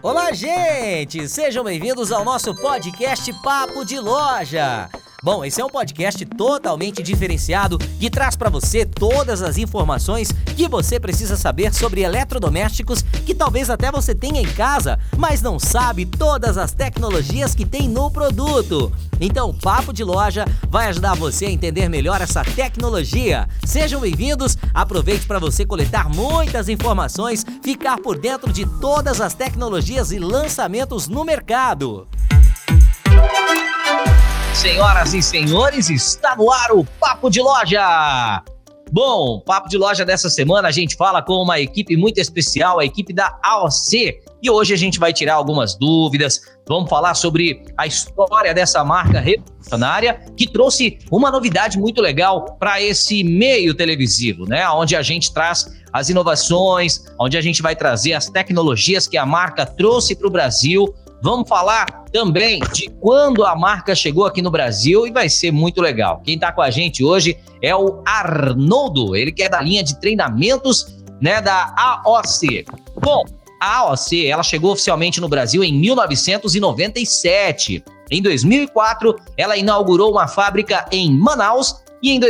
Olá, gente! Sejam bem-vindos ao nosso podcast Papo de Loja. Bom, esse é um podcast totalmente diferenciado que traz para você todas as informações que você precisa saber sobre eletrodomésticos que talvez até você tenha em casa, mas não sabe todas as tecnologias que tem no produto. Então, Papo de Loja vai ajudar você a entender melhor essa tecnologia. Sejam bem-vindos, aproveite para você coletar muitas informações, ficar por dentro de todas as tecnologias e lançamentos no mercado. Senhoras e senhores, está no ar o Papo de Loja! Bom, Papo de Loja dessa semana a gente fala com uma equipe muito especial, a equipe da AOC. E hoje a gente vai tirar algumas dúvidas, vamos falar sobre a história dessa marca revolucionária que trouxe uma novidade muito legal para esse meio televisivo, né? Onde a gente traz as inovações, onde a gente vai trazer as tecnologias que a marca trouxe para o Brasil. Vamos falar também de quando a marca chegou aqui no Brasil e vai ser muito legal. Quem está com a gente hoje é o Arnoldo, ele que é da linha de treinamentos, né, da AOC. Bom, a AOC, ela chegou oficialmente no Brasil em 1997. Em 2004, ela inaugurou uma fábrica em Manaus e em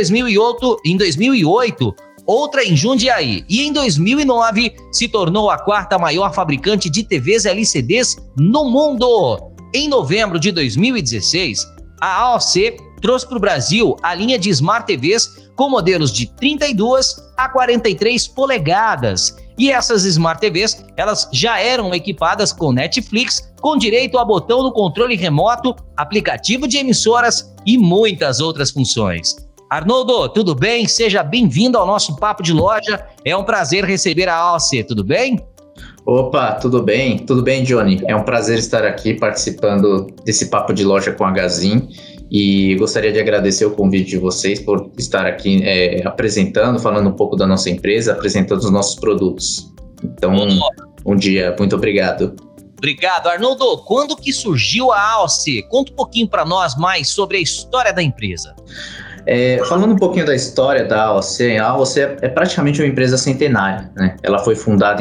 2008 outra em Jundiaí. E em 2009, se tornou a quarta maior fabricante de TVs LCDs no mundo. Em novembro de 2016, a AOC trouxe para o Brasil a linha de Smart TVs com modelos de 32 a 43 polegadas. E essas Smart TVs, elas já eram equipadas com Netflix, com direito a botão no controle remoto, aplicativo de emissoras e muitas outras funções. Arnoldo, tudo bem? Seja bem-vindo ao nosso Papo de Loja. É um prazer receber a AOC, tudo bem? Opa, tudo bem? Tudo bem, Johnny? É um prazer estar aqui participando desse Papo de Loja com a Gazin e gostaria de agradecer o convite de vocês por estar aqui apresentando, falando um pouco da nossa empresa, apresentando os nossos produtos. Então, um dia, muito obrigado. Obrigado, Arnoldo. Quando que surgiu a AOC? Conta um pouquinho para nós mais sobre a história da empresa. Falando um pouquinho da história da AOC, a AOC é praticamente uma empresa centenária, né? Ela foi fundada em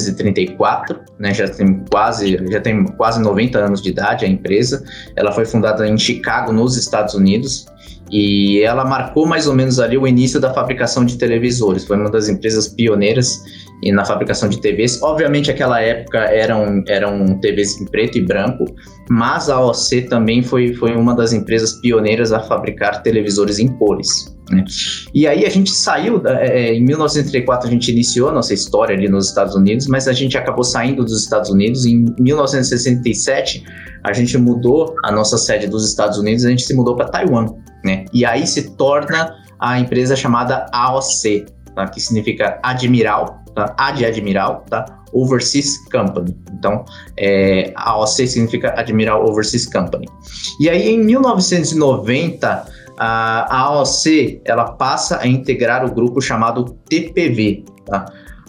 1934, né? Já tem quase 90 anos de idade a empresa. Ela foi fundada em Chicago, nos Estados Unidos, e ela marcou mais ou menos ali o início da fabricação de televisores. Foi uma das empresas pioneiras na fabricação de TVs. Obviamente, naquela época eram TVs em preto e branco, mas a AOC também foi uma das empresas pioneiras a fabricar televisores em cores, né? E aí a gente saiu, em 1934 a gente iniciou a nossa história ali nos Estados Unidos, mas a gente acabou saindo dos Estados Unidos. Em 1967 a gente mudou a nossa sede dos Estados Unidos, a gente se mudou para Taiwan, né? E aí se torna a empresa chamada AOC, tá? Que significa Admiral, tá? A de Admiral, tá? Overseas Company. Então, a AOC significa Admiral Overseas Company. E aí, em 1990, a AOC ela passa a integrar o grupo chamado TPV, tá?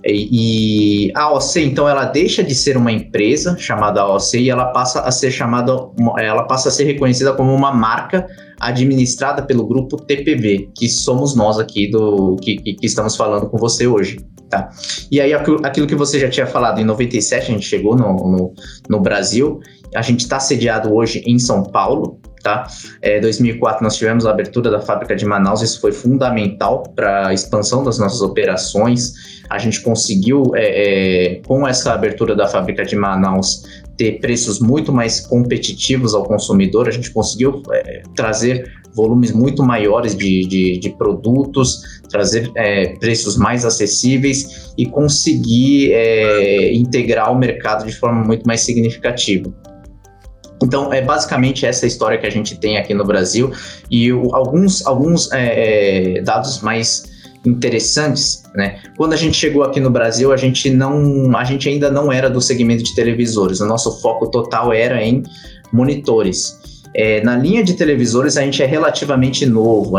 E a AOC, então, ela deixa de ser uma empresa chamada AOC e ela passa a ser reconhecida como uma marca administrada pelo grupo TPV, que somos nós aqui que estamos falando com você hoje. Tá. E aí, aquilo que você já tinha falado, em 97 a gente chegou no Brasil, a gente está sediado hoje em São Paulo, tá? 2004 nós tivemos a abertura da fábrica de Manaus, isso foi fundamental para a expansão das nossas operações. A gente conseguiu, com essa abertura da fábrica de Manaus, ter preços muito mais competitivos ao consumidor. A gente conseguiu trazer volumes muito maiores de produtos, trazer preços mais acessíveis e conseguir integrar o mercado de forma muito mais significativa. Então, é basicamente essa história que a gente tem aqui no Brasil e alguns dados mais interessantes, né? Quando a gente chegou aqui no Brasil, a gente ainda não era do segmento de televisores, o nosso foco total era em monitores. Na linha de televisores, a gente é relativamente novo.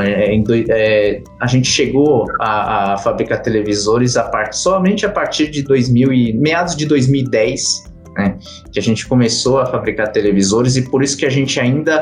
A gente chegou a fabricar televisores somente a partir de meados de 2010, né, que a gente começou a fabricar televisores, e por isso que a gente ainda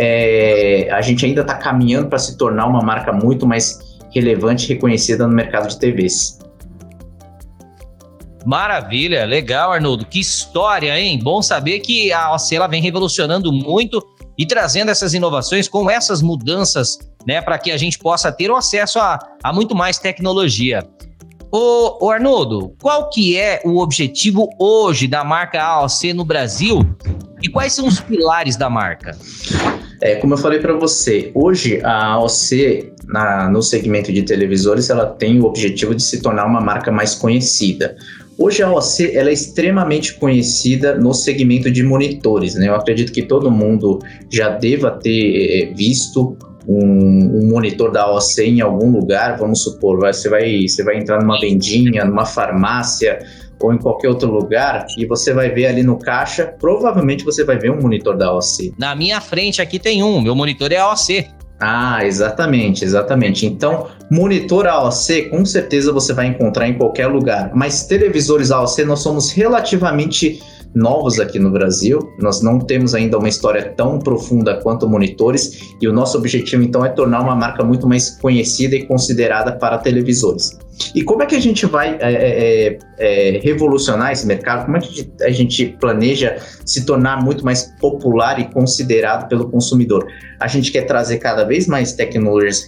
está caminhando para se tornar uma marca muito mais relevante e reconhecida no mercado de TVs. Maravilha, legal, Arnoldo. Que história, hein? Bom saber que a AOC ela vem revolucionando muito e trazendo essas inovações com essas mudanças, né, para que a gente possa ter o acesso a muito mais tecnologia. Ô Arnoldo, qual que é o objetivo hoje da marca AOC no Brasil e quais são os pilares da marca? Como eu falei para você, hoje a AOC, no segmento de televisores, ela tem o objetivo de se tornar uma marca mais conhecida. Hoje a AOC ela é extremamente conhecida no segmento de monitores, né? Eu acredito que todo mundo já deva ter visto um monitor da AOC em algum lugar. Vamos supor, você vai entrar numa vendinha, numa farmácia ou em qualquer outro lugar e você vai ver ali no caixa, provavelmente você vai ver um monitor da AOC. Na minha frente aqui tem meu monitor é AOC. Ah, exatamente. Então, monitor AOC, com certeza você vai encontrar em qualquer lugar. Mas televisores AOC, nós somos relativamente novos aqui no Brasil. Nós não temos ainda uma história tão profunda quanto monitores. E o nosso objetivo, então, é tornar uma marca muito mais conhecida e considerada para televisores. E como é que a gente vai revolucionar esse mercado? Como é que a gente planeja se tornar muito mais popular e considerado pelo consumidor? A gente quer trazer cada vez mais tecnologias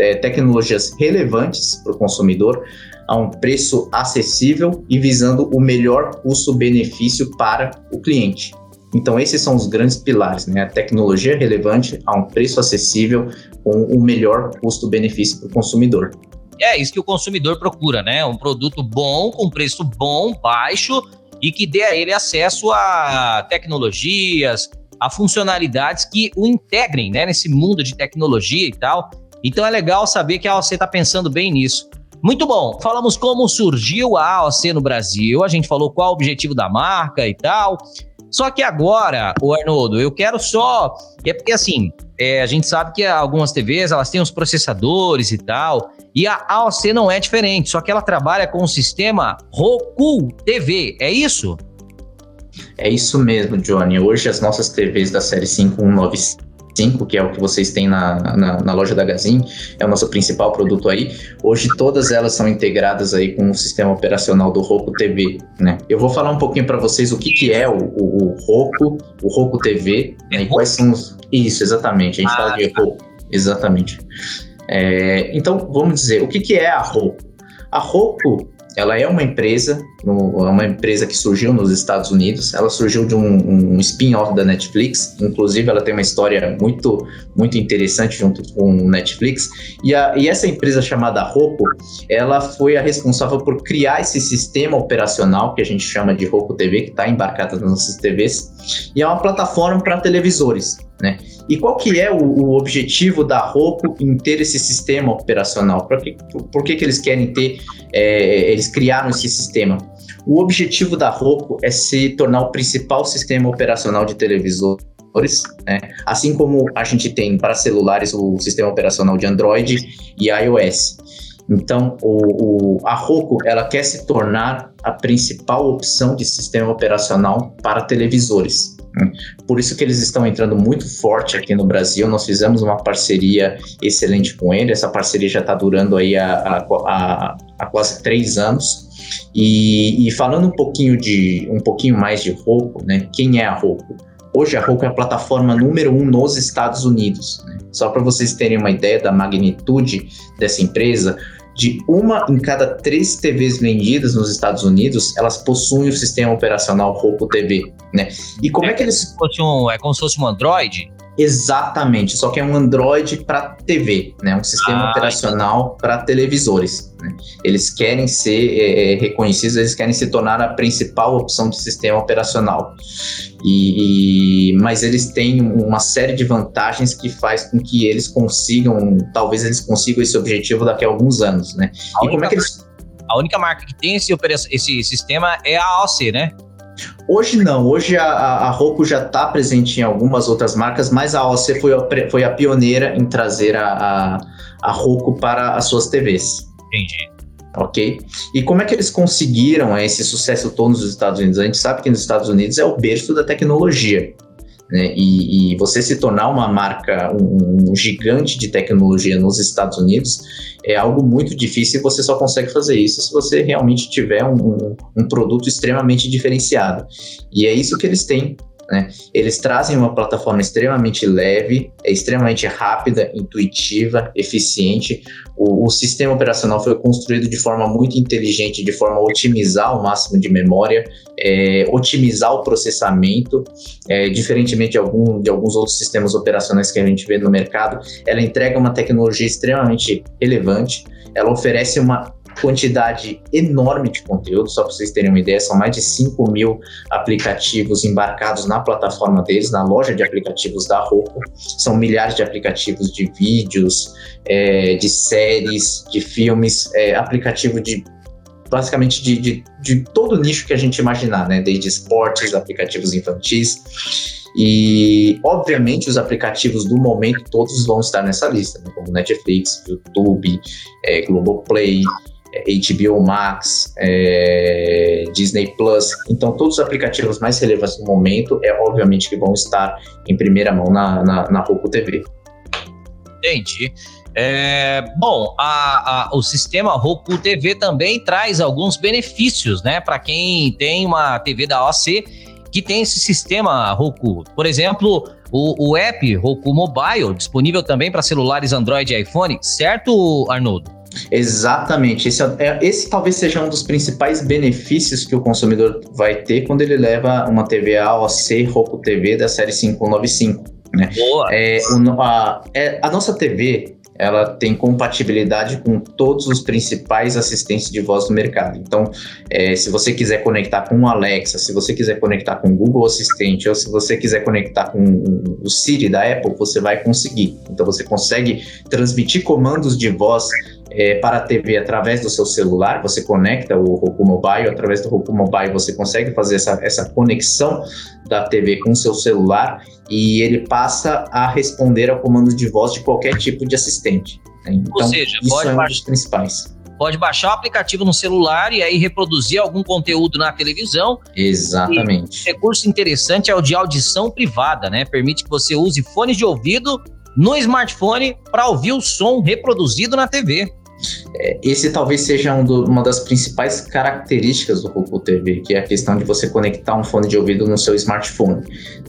relevantes para o consumidor, a um preço acessível e visando o melhor custo-benefício para o cliente. Então, esses são os grandes pilares, né? A tecnologia relevante a um preço acessível com o melhor custo-benefício para o consumidor. É isso que o consumidor procura, né? Um produto bom, com preço bom, baixo e que dê a ele acesso a tecnologias, a funcionalidades que o integrem, né? Nesse mundo de tecnologia e tal. Então é legal saber que a AOC está pensando bem nisso. Muito bom, falamos como surgiu a AOC no Brasil, a gente falou qual o objetivo da marca e tal. Só que agora, Arnoldo, eu quero só... porque assim, a gente sabe que algumas TVs, elas têm os processadores e tal, e a AOC não é diferente, só que ela trabalha com o sistema Roku TV, é isso? É isso mesmo, Johnny. Hoje as nossas TVs da série 5195, que é o que vocês têm na loja da Gazin, é o nosso principal produto aí. Hoje todas elas são integradas aí com o sistema operacional do Roku TV, né? Eu vou falar um pouquinho para vocês o que é o Roku TV, né? E quais são os... Isso, exatamente. A gente fala de Roku, exatamente. Então, vamos dizer, o que é a Roku? A Roku, ela é uma empresa que surgiu nos Estados Unidos. Ela surgiu de um spin-off da Netflix. Inclusive, ela tem uma história muito, muito interessante junto com o Netflix. E essa empresa chamada Roku, ela foi a responsável por criar esse sistema operacional que a gente chama de Roku TV, que está embarcado nas nossas TVs. E é uma plataforma para televisores, né? E qual que é o objetivo da Roku em ter esse sistema operacional? Por que eles querem ter, eles criaram esse sistema? O objetivo da Roku é se tornar o principal sistema operacional de televisores, né? Assim como a gente tem para celulares o sistema operacional de Android e iOS. Então, a Roku, ela quer se tornar a principal opção de sistema operacional para televisores. Por isso que eles estão entrando muito forte aqui no Brasil. Nós fizemos uma parceria excelente com ele. Essa parceria já está durando aí há quase 3 anos. E falando um pouquinho mais de Roku, né? Quem é a Roku? Hoje a Roku é a plataforma número 1 nos Estados Unidos, né? Só para vocês terem uma ideia da magnitude dessa empresa, de 1 em cada 3 TVs vendidas nos Estados Unidos, elas possuem o sistema operacional Roku TV, né? E como é que eles... É como se fosse um Android? Exatamente, só que é um Android para TV, né? Um sistema operacional para televisores, né? Eles querem ser reconhecidos, eles querem se tornar a principal opção de sistema operacional. Mas eles têm uma série de vantagens que faz com que talvez eles consigam esse objetivo daqui a alguns anos, né? A única marca que tem esse sistema é a AOC, né? Hoje não, hoje a Roku já está presente em algumas outras marcas, mas a AOC foi a pioneira em trazer a Roku para as suas TVs. Entendi. Ok? E como é que eles conseguiram esse sucesso todo nos Estados Unidos? A gente sabe que nos Estados Unidos é o berço da tecnologia. né, e você se tornar uma marca, um gigante de tecnologia nos Estados Unidos, é algo muito difícil e você só consegue fazer isso se você realmente tiver um produto extremamente diferenciado. E é isso que eles têm, né? Eles trazem uma plataforma extremamente leve, extremamente rápida, intuitiva, eficiente. O sistema operacional foi construído de forma muito inteligente, de forma a otimizar o máximo de memória, otimizar o processamento, diferentemente de alguns outros sistemas operacionais que a gente vê no mercado. Ela entrega uma tecnologia extremamente relevante, ela oferece uma quantidade enorme de conteúdo. Só para vocês terem uma ideia, são mais de 5 mil aplicativos embarcados na plataforma deles, na loja de aplicativos da Roku. São milhares de aplicativos de vídeos, de séries, de filmes, aplicativo basicamente de todo nicho que a gente imaginar, né? Desde esportes, aplicativos infantis. E, obviamente, os aplicativos do momento todos vão estar nessa lista, né? Como Netflix, YouTube, Globoplay, HBO Max, Disney Plus. Então, todos os aplicativos mais relevantes no momento, obviamente que vão estar em primeira mão na Roku TV. Entendi. Bom, o sistema Roku TV também traz alguns benefícios, né, para quem tem uma TV da AOC que tem esse sistema Roku. Por exemplo, o app Roku Mobile, disponível também para celulares Android e iPhone, certo, Arnoldo? Exatamente, esse talvez seja um dos principais benefícios que o consumidor vai ter quando ele leva uma TV AOC Roku TV da série 595, né? Boa. A nossa TV, ela tem compatibilidade com todos os principais assistentes de voz do mercado. Então, se você quiser conectar com o Alexa, se você quiser conectar com o Google Assistente, ou se você quiser conectar com o Siri da Apple, você vai conseguir. Então, você consegue transmitir comandos de voz para a TV através do seu celular. Você conecta o Roku Mobile, através do Roku Mobile você consegue fazer essa conexão da TV com o seu celular e ele passa a responder ao comando de voz de qualquer tipo de assistente. Então, ou seja, isso é um dos principais. Pode baixar o aplicativo no celular e aí reproduzir algum conteúdo na televisão. Exatamente. E recurso interessante é o de audição privada, né? Permite que você use fones de ouvido no smartphone para ouvir o som reproduzido na TV. Esse talvez seja uma das principais características do Roku TV, que é a questão de você conectar um fone de ouvido no seu smartphone.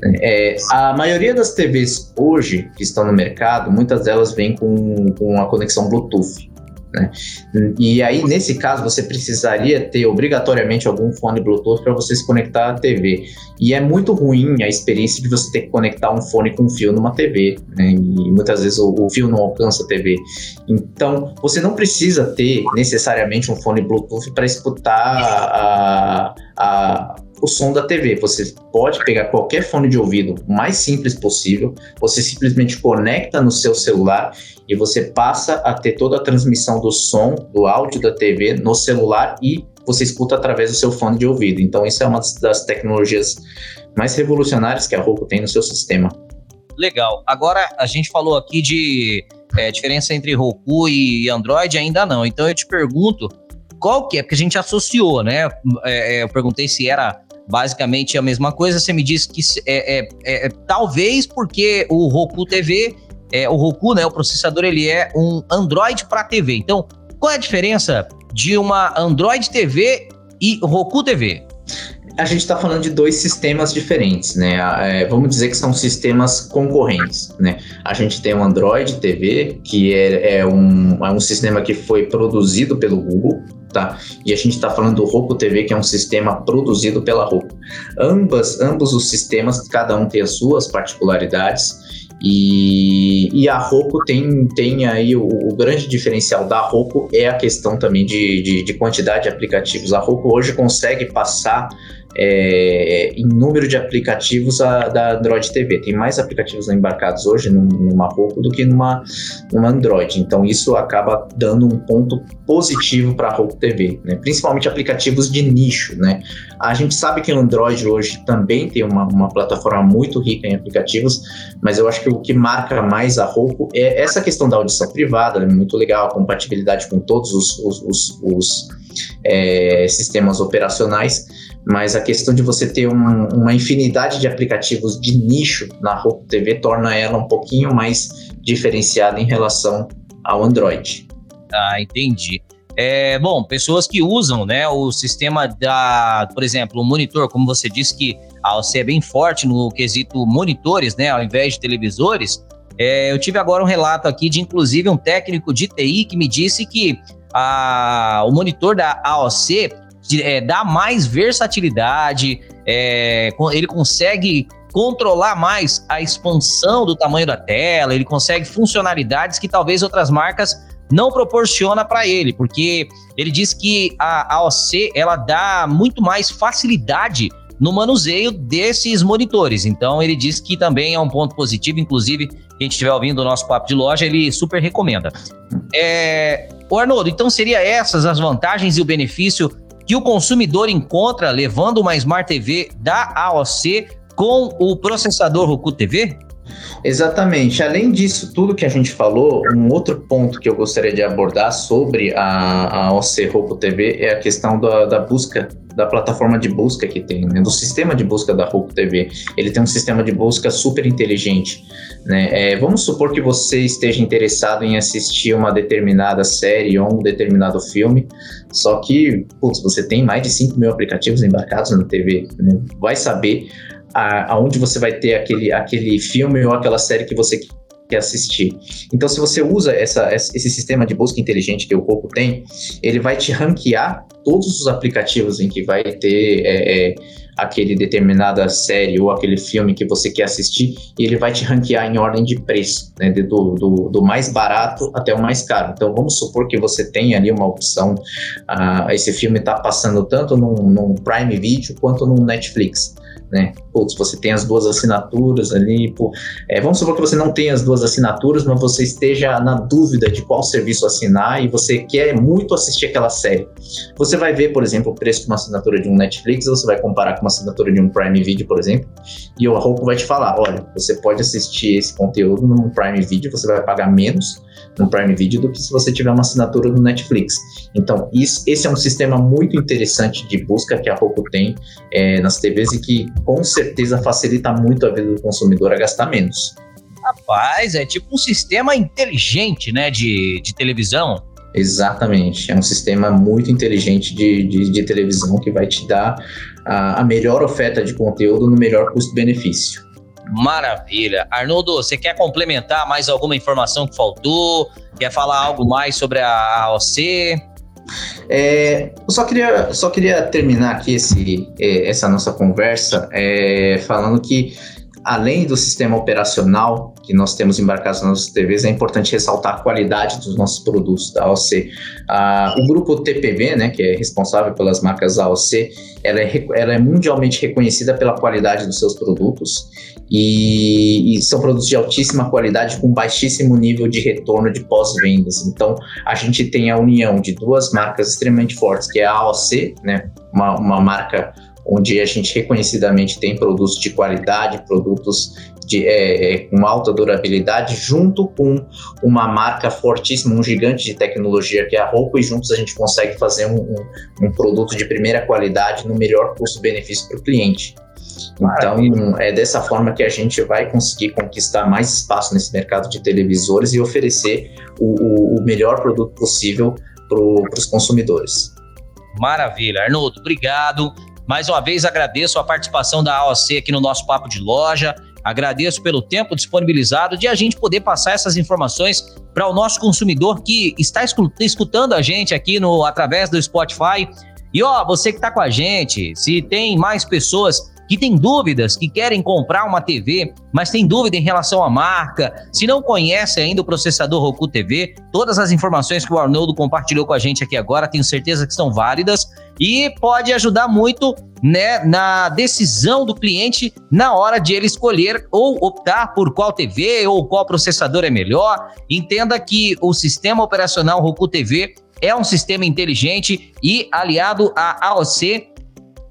A maioria das TVs hoje que estão no mercado, muitas delas vêm com a conexão Bluetooth, né? E aí, nesse caso, você precisaria ter obrigatoriamente algum fone Bluetooth para você se conectar à TV. E é muito ruim a experiência de você ter que conectar um fone com fio numa TV, né? E muitas vezes o fio não alcança a TV. Então, você não precisa ter necessariamente um fone Bluetooth para escutar o som da TV. Você pode pegar qualquer fone de ouvido o mais simples possível, você simplesmente conecta no seu celular e você passa a ter toda a transmissão do som, do áudio da TV no celular e você escuta através do seu fone de ouvido. Então isso é uma das tecnologias mais revolucionárias que a Roku tem no seu sistema. Legal. Agora a gente falou aqui de diferença entre Roku e Android, ainda não. Então eu te pergunto, qual que é? Porque a gente associou, né? Eu perguntei se era basicamente a mesma coisa, você me disse que talvez porque o Roku TV, o Roku, né, o processador, ele é um Android para TV. Então, qual é a diferença de uma Android TV e Roku TV? A gente está falando de dois sistemas diferentes, né? Vamos dizer que são sistemas concorrentes, né? A gente tem o Android TV, que é um sistema que foi produzido pelo Google, tá? E a gente está falando do Roku TV, que é um sistema produzido pela Roku. Ambos os sistemas, cada um tem as suas particularidades. E a Roku tem aí o grande diferencial da Roku é a questão também de quantidade de aplicativos. A Roku hoje consegue passar em número de aplicativos da Android TV. Tem mais aplicativos embarcados hoje numa Roku do que numa Android. Então isso acaba dando um ponto positivo para a Roku TV, né? Principalmente aplicativos de nicho, né? A gente sabe que o Android hoje também tem uma plataforma muito rica em aplicativos, mas eu acho que o que marca mais a Roku é essa questão da audição privada, é muito legal, a compatibilidade com todos os sistemas operacionais, mas a questão de você ter uma infinidade de aplicativos de nicho na Roku TV torna ela um pouquinho mais diferenciada em relação ao Android. Ah, entendi. Bom, pessoas que usam, né, o sistema por exemplo, o monitor, como você disse que a AOC é bem forte no quesito monitores, né, ao invés de televisores. Eu tive agora um relato aqui de, inclusive, um técnico de TI que me disse que o monitor da AOC dá mais versatilidade, ele consegue controlar mais a expansão do tamanho da tela, ele consegue funcionalidades que talvez outras marcas não proporciona para ele, porque ele diz que a AOC ela dá muito mais facilidade no manuseio desses monitores. Então ele diz que também é um ponto positivo, inclusive quem estiver ouvindo o nosso Papo de Loja, ele super recomenda. Arnoldo, então seria essas as vantagens e o benefício que o consumidor encontra levando uma Smart TV da AOC com o processador Roku TV? Exatamente. Além disso, tudo que a gente falou, um outro ponto que eu gostaria de abordar sobre a AOC Roku TV é a questão da busca, da plataforma de busca que tem, né? Do sistema de busca da Roku TV. Ele tem um sistema de busca super inteligente, né? Vamos supor que você esteja interessado em assistir uma determinada série ou um determinado filme, só que, você tem mais de 5 mil aplicativos embarcados na TV, né? Vai saber aonde você vai ter aquele filme ou aquela série que você quer assistir. Então, se você usa esse sistema de busca inteligente que o Roku tem, ele vai te ranquear todos os aplicativos em que vai ter aquele determinada série ou aquele filme que você quer assistir, e ele vai te ranquear em ordem de preço, né, do mais barato até o mais caro. Então, vamos supor que você tenha ali uma opção, esse filme está passando tanto num Prime Video quanto num Netflix, né? Você tem as duas assinaturas ali, vamos supor que você não tenha as duas assinaturas, mas você esteja na dúvida de qual serviço assinar e você quer muito assistir aquela série. Você vai ver, por exemplo, o preço de uma assinatura de um Netflix, você vai comparar com uma assinatura de um Prime Video, por exemplo, e o Roku vai te falar, olha, você pode assistir esse conteúdo no Prime Video, você vai pagar menos no Prime Video do que se você tiver uma assinatura no Netflix. Então, esse é um sistema muito interessante de busca que a Roku tem nas TVs e que, com certeza, facilita muito a vida do consumidor a gastar menos. Rapaz, é tipo um sistema inteligente, né, de televisão. Exatamente, é um sistema muito inteligente de televisão que vai te dar a melhor oferta de conteúdo no melhor custo-benefício. Maravilha. Arnoldo, você quer complementar mais alguma informação que faltou? Quer falar algo mais sobre a AOC? Eu só queria terminar aqui essa nossa conversa falando que, além do sistema operacional que nós temos embarcados nas nossas TVs, é importante ressaltar a qualidade dos nossos produtos da AOC. O grupo TPV, né, que é responsável pelas marcas AOC, ela é mundialmente reconhecida pela qualidade dos seus produtos e são produtos de altíssima qualidade com baixíssimo nível de retorno de pós-vendas. Então, a gente tem a união de duas marcas extremamente fortes, que é a AOC, né, uma marca onde a gente reconhecidamente tem produtos de qualidade, produtos com alta durabilidade, junto com uma marca fortíssima, um gigante de tecnologia que é a Roku, e juntos a gente consegue fazer um produto de primeira qualidade no melhor custo-benefício para o cliente. Então, é dessa forma que a gente vai conseguir conquistar mais espaço nesse mercado de televisores e oferecer o melhor produto possível para os consumidores. Maravilha. Arnoldo, obrigado. Mais uma vez agradeço a participação da AOC aqui no nosso Papo de Loja, agradeço pelo tempo disponibilizado de a gente poder passar essas informações para o nosso consumidor que está escutando a gente aqui através do Spotify. E você que está com a gente, se tem mais pessoas que têm dúvidas, que querem comprar uma TV, mas tem dúvida em relação à marca, se não conhece ainda o processador Roku TV, todas as informações que o Arnoldo compartilhou com a gente aqui agora, tenho certeza que são válidas e pode ajudar muito, né, na decisão do cliente na hora de ele escolher ou optar por qual TV ou qual processador é melhor. Entenda que o sistema operacional Roku TV é um sistema inteligente e aliado à AOC,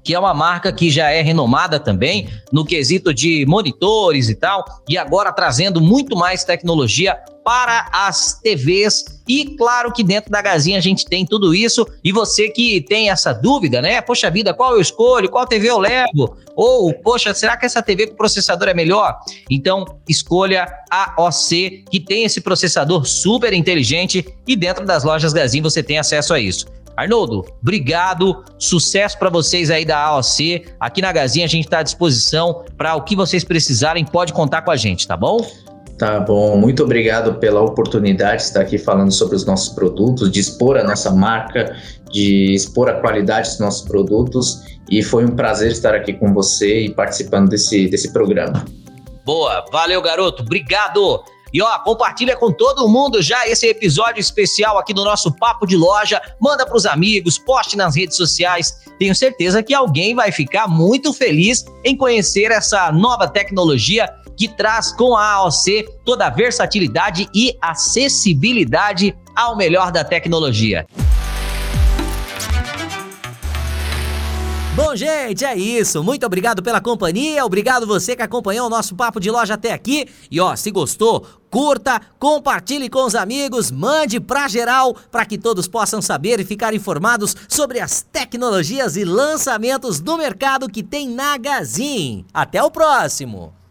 que é uma marca que já é renomada também no quesito de monitores e tal, e agora trazendo muito mais tecnologia para as TVs. E claro que dentro da Gazin a gente tem tudo isso. E você que tem essa dúvida, né? Poxa vida, qual eu escolho? Qual TV eu levo? Ou, poxa, será que essa TV com processador é melhor? Então, escolha a AOC, que tem esse processador super inteligente, e dentro das lojas Gazin você tem acesso a isso. Arnoldo, obrigado, sucesso para vocês aí da AOC. Aqui na Gazin a gente está à disposição para o que vocês precisarem, pode contar com a gente, tá bom? Tá bom, muito obrigado pela oportunidade de estar aqui falando sobre os nossos produtos, de expor a nossa marca, de expor a qualidade dos nossos produtos, e foi um prazer estar aqui com você e participando desse programa. Boa, valeu garoto, obrigado! E ó, compartilha com todo mundo já esse episódio especial aqui do nosso Papo de Loja, manda pros amigos, poste nas redes sociais, tenho certeza que alguém vai ficar muito feliz em conhecer essa nova tecnologia que traz com a AOC toda a versatilidade e acessibilidade ao melhor da tecnologia. Bom, gente, é isso. Muito obrigado pela companhia, obrigado você que acompanhou o nosso Papo de Loja até aqui. E ó, se gostou, curta, compartilhe com os amigos, mande pra geral, para que todos possam saber e ficar informados sobre as tecnologias e lançamentos do mercado que tem na Gazin. Até o próximo!